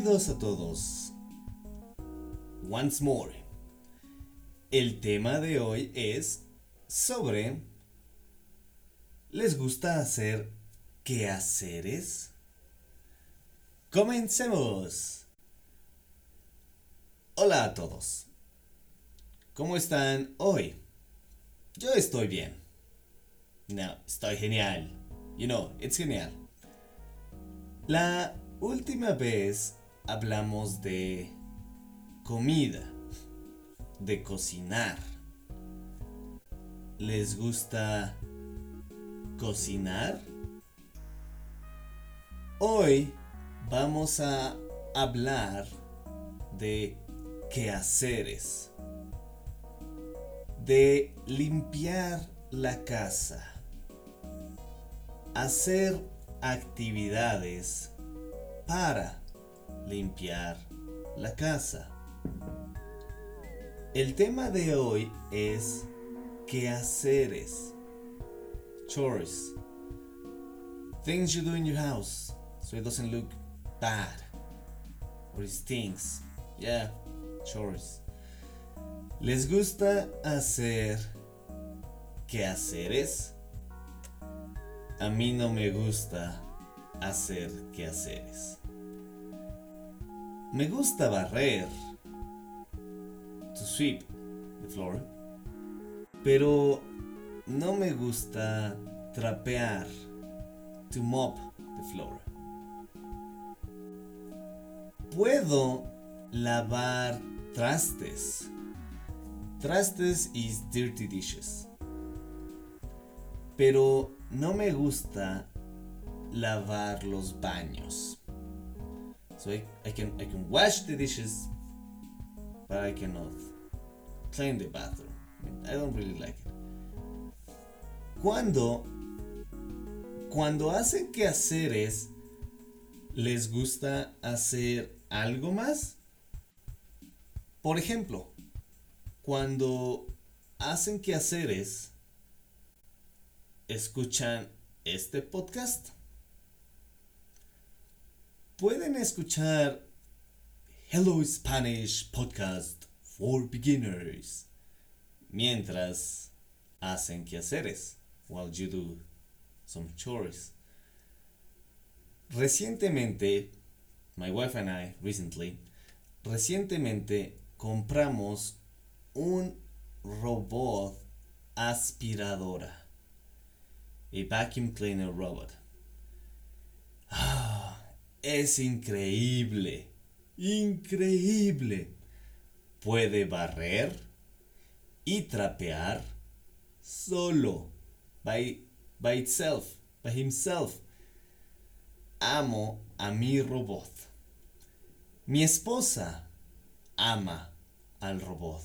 Bienvenidos a todos. Once more. El tema de hoy es sobre ¿les gusta hacer quehaceres? Comencemos. Hola a todos. ¿Cómo están hoy? Yo estoy bien. No, estoy genial. It's genial. La última vez hablamos de comida, de cocinar. ¿Les gusta cocinar? Hoy vamos a hablar de quehaceres, de limpiar la casa, hacer actividades para limpiar la casa. El tema de hoy es quehaceres, chores, things you do in your house so it doesn't look bad or it stinks. Yeah, chores. ¿Les gusta hacer quehaceres? A mí no me gusta hacer quehaceres. Me gusta barrer, to sweep the floor, pero no me gusta trapear, to mop the floor. Puedo lavar trastes. Trastes is dirty dishes. Pero no me gusta lavar los baños. So I can wash the dishes, but I cannot clean the bathroom. I don't really like it. Cuando hacen quehaceres, ¿les gusta hacer algo más? Por ejemplo, cuando hacen quehaceres, ¿escuchan este podcast? Pueden escuchar Hello Spanish Podcast for Beginners mientras hacen quehaceres, while you do some chores. Recientemente, my wife and I, recientemente compramos un robot aspiradora. A vacuum cleaner robot. Es increíble. Increíble. Puede barrer y trapear solo. By himself. Amo a mi robot. Mi esposa ama al robot.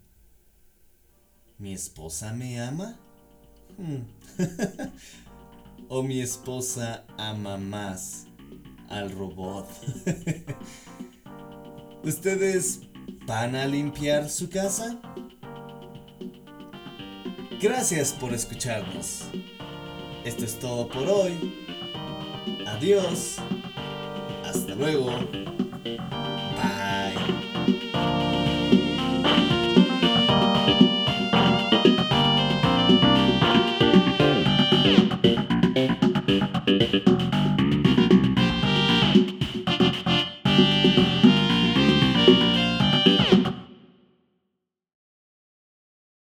¿Mi esposa me ama? O mi esposa ama más al robot. ¿Ustedes van a limpiar su casa? Gracias por escucharnos. Esto es todo por hoy. Adiós. Hasta luego. Bye.